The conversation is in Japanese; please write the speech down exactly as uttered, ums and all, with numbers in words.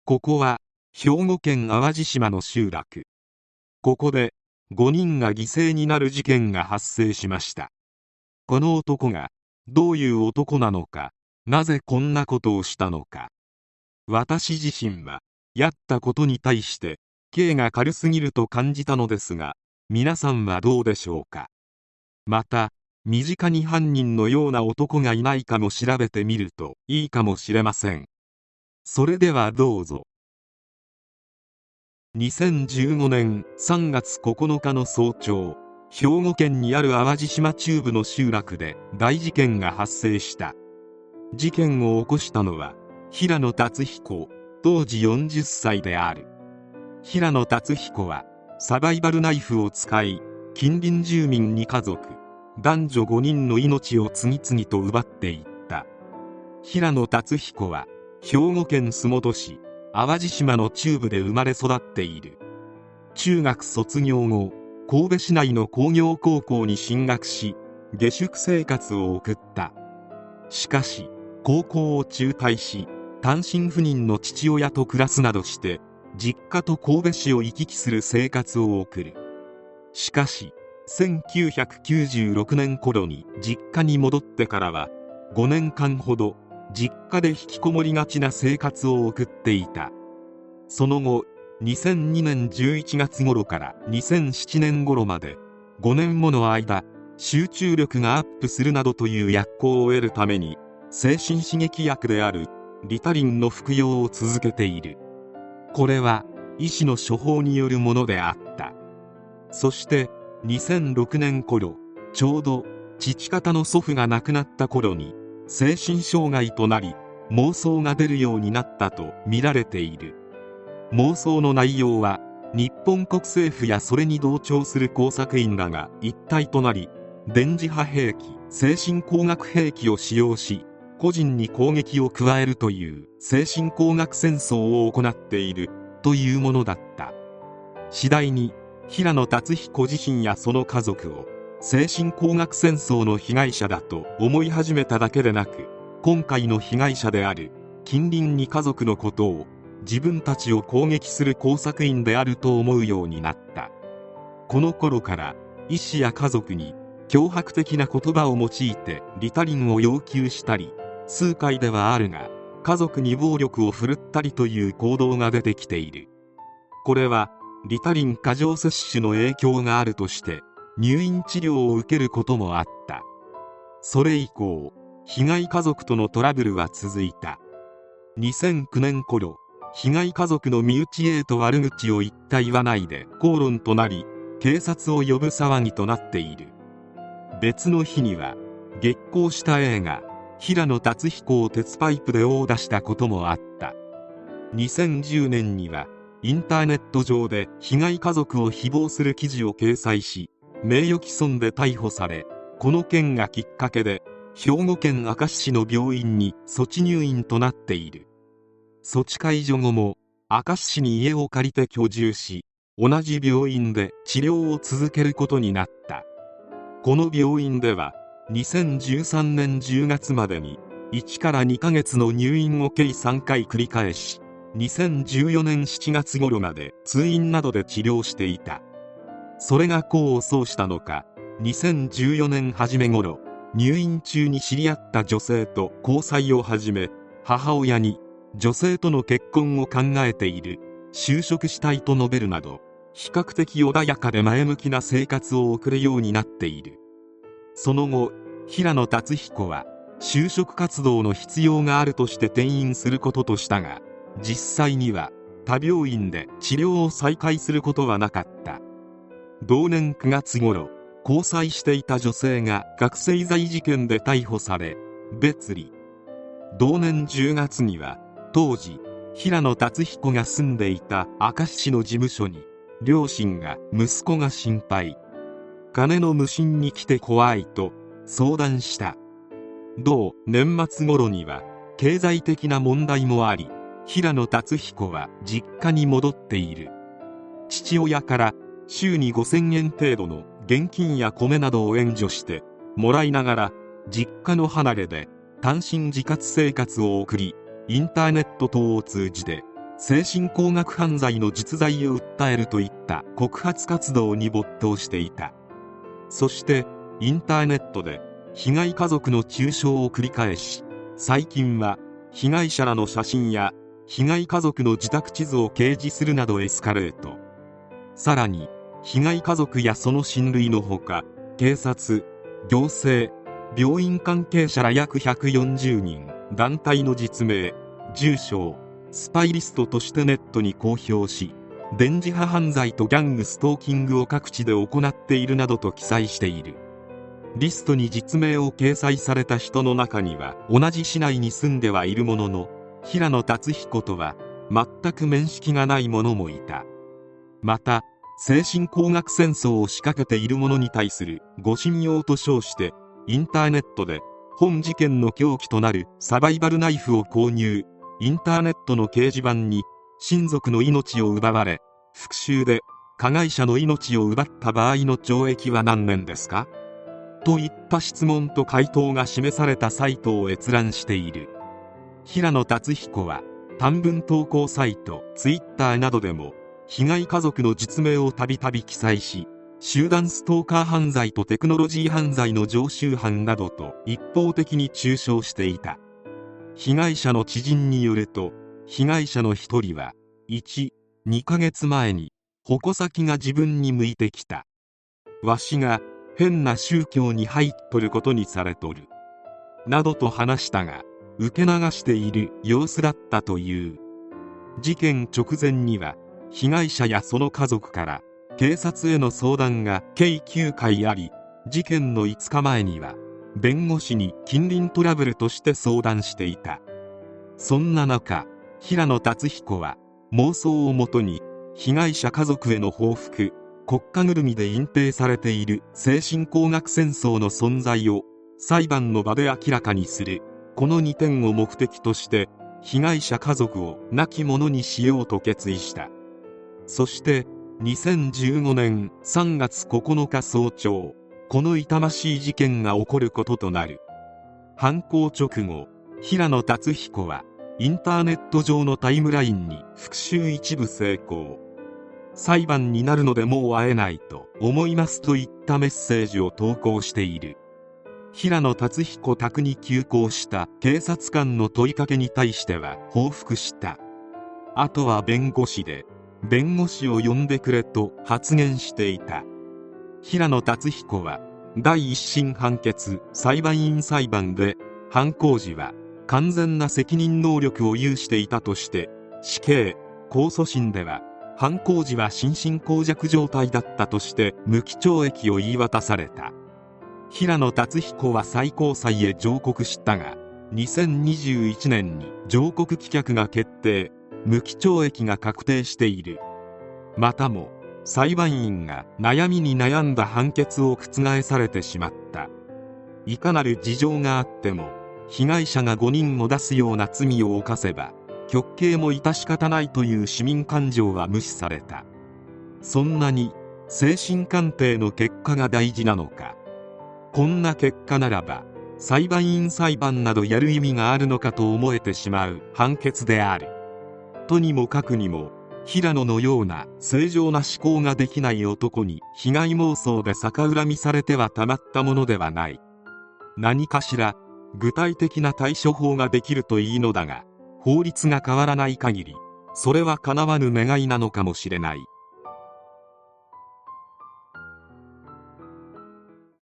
ここは兵庫県淡路島の集落。ここでごにんが犠牲になる事件が発生しました。この男がどういう男なのか、なぜこんなことをしたのか。私自身はやったことに対して刑が軽すぎると感じたのですが、皆さんはどうでしょうか。また身近に犯人のような男がいないかも調べてみるといいかもしれません。それではどうぞ。にせんじゅうごねんさんがつここのかの早朝、兵庫県にある淡路島中部の集落で大事件が発生した。事件を起こしたのは平野達彦、当時よんじゅっさいである。平野達彦はサバイバルナイフを使い、近隣住民に家族男女ごにんの命を次々と奪っていった。平野達彦は兵庫県洲本市淡路島の中部で生まれ育っている。中学卒業後、神戸市内の工業高校に進学し、下宿生活を送った。しかし高校を中退し、単身赴任の父親と暮らすなどして実家と神戸市を行き来する生活を送る。しかしせんきゅうひゃくきゅうじゅうろくねん頃に実家に戻ってからはごねんかんほど実家で引きこもりがちな生活を送っていた。その後にせんにねんじゅういちがつ頃からにせんななねん頃までごねんもの間、集中力がアップするなどという薬効を得るために精神刺激薬であるリタリンの服用を続けている。これは医師の処方によるものであった。そしてにせんろくねん頃、ちょうど父方の祖父が亡くなった頃に精神障害となり妄想が出るようになったと見られている。妄想の内容は日本国政府やそれに同調する工作員らが一体となり、電磁波兵器、精神工学兵器を使用し個人に攻撃を加えるという精神工学戦争を行っているというものだった。次第に平野達彦自身やその家族を精神工学戦争の被害者だと思い始めただけでなく、今回の被害者である近隣に家族のことを自分たちを攻撃する工作員であると思うようになった。この頃から医師や家族に脅迫的な言葉を用いてリタリンを要求したり、数回ではあるが家族に暴力を振るったりという行動が出てきている。これはリタリン過剰摂取の影響があるとして入院治療を受けることもあった。それ以降、被害家族とのトラブルは続いた。にせんきゅうねん頃、被害家族の身内 A と悪口を言った言わないで口論となり、警察を呼ぶ騒ぎとなっている。別の日には激高した A が平野達彦を鉄パイプで殴打したこともあった。にせんじゅうねんにはインターネット上で被害家族を誹謗する記事を掲載し、名誉毀損で逮捕され、この件がきっかけで兵庫県明石市の病院に措置入院となっている。措置解除後も明石市に家を借りて居住し、同じ病院で治療を続けることになった。この病院ではにせんじゅうさんねんじゅうがつまでにいちからにかげつの入院を計さんかい繰り返し、にせんじゅうよねんしちがつ頃まで通院などで治療していた。それが功を奏したのか、にせんじゅうよねん初め頃、入院中に知り合った女性と交際を始め、母親に女性との結婚を考えている、就職したいと述べるなど、比較的穏やかで前向きな生活を送るようになっている。その後、平野達彦は就職活動の必要があるとして転院することとしたが、実際には他病院で治療を再開することはなかった。同年くがつ頃、交際していた女性が覚醒剤事件で逮捕され別離。同年じゅうがつには当時平野達彦が住んでいた明石市の事務所に両親が息子が心配、金の無心に来て怖いと相談した。同年末頃には経済的な問題もあり、平野達彦は実家に戻っている。父親から週にごせんえん程度の現金や米などを援助してもらいながら、実家の離れで単身自活生活を送り、インターネット等を通じて精神工学犯罪の実在を訴えるといった告発活動に没頭していた。そしてインターネットで被害家族の中傷を繰り返し、最近は被害者らの写真や被害家族の自宅地図を掲示するなどエスカレート。さらに被害家族やその親類のほか、警察、行政、病院関係者ら約ひゃくよんじゅうにん、団体の実名、住所をスパイリストとしてネットに公表し、電磁波犯罪とギャングストーキングを各地で行っているなどと記載している。リストに実名を掲載された人の中には、同じ市内に住んではいるものの、平野達彦とは全く面識がない者もいた。また、精神工学戦争を仕掛けている者に対する護身用と称して、インターネットで本事件の凶器となるサバイバルナイフを購入。インターネットの掲示板に親族の命を奪われ、復讐で加害者の命を奪った場合の懲役は何年ですかといった質問と回答が示されたサイトを閲覧している。平野達彦は短文投稿サイト、ツイッターなどでも被害家族の実名をたびたび記載し、集団ストーカー犯罪とテクノロジー犯罪の常習犯などと一方的に中傷していた。被害者の知人によると、被害者の一人は、いち、にかげつまえに矛先が自分に向いてきた。わしが変な宗教に入っとることにされとる。などと話したが、受け流している様子だったという。事件直前には、被害者やその家族から警察への相談が計きゅうかいあり、事件のいつかまえには、弁護士に近隣トラブルとして相談していた。そんな中、平野達彦は妄想をもとに被害者家族への報復、国家ぐるみで隠蔽されている精神工学戦争の存在を裁判の場で明らかにする、このにてんを目的として被害者家族を亡き者にしようと決意した。そしてにせんじゅうごねんさんがつここのか早朝、この痛ましい事件が起こることとなる。犯行直後、平野達彦はインターネット上のタイムラインに復讐一部成功、裁判になるのでもう会えないと思いますといったメッセージを投稿している。平野達彦宅に急行した警察官の問いかけに対しては報復した。あとは弁護士で弁護士を呼んでくれと発言していた。平野達彦は第一審判決裁判員裁判で、犯行時は完全な責任能力を有していたとして死刑、控訴審では犯行時は心神耗弱状態だったとして無期懲役を言い渡された。平野達彦は最高裁へ上告したが、にせんにじゅういちねんに上告棄却が決定、無期懲役が確定している。またも裁判員が悩みに悩んだ判決を覆されてしまった。いかなる事情があっても被害者がごにんを出すような罪を犯せば極刑も致し方ないという市民感情は無視された。そんなに精神鑑定の結果が大事なのか。こんな結果ならば裁判員裁判などやる意味があるのかと思えてしまう判決である。とにもかくにも平野のような正常な思考ができない男に被害妄想で逆恨みされてはたまったものではない。何かしら具体的な対処法ができるといいのだが、法律が変わらない限りそれは叶わぬ願いなのかもしれない。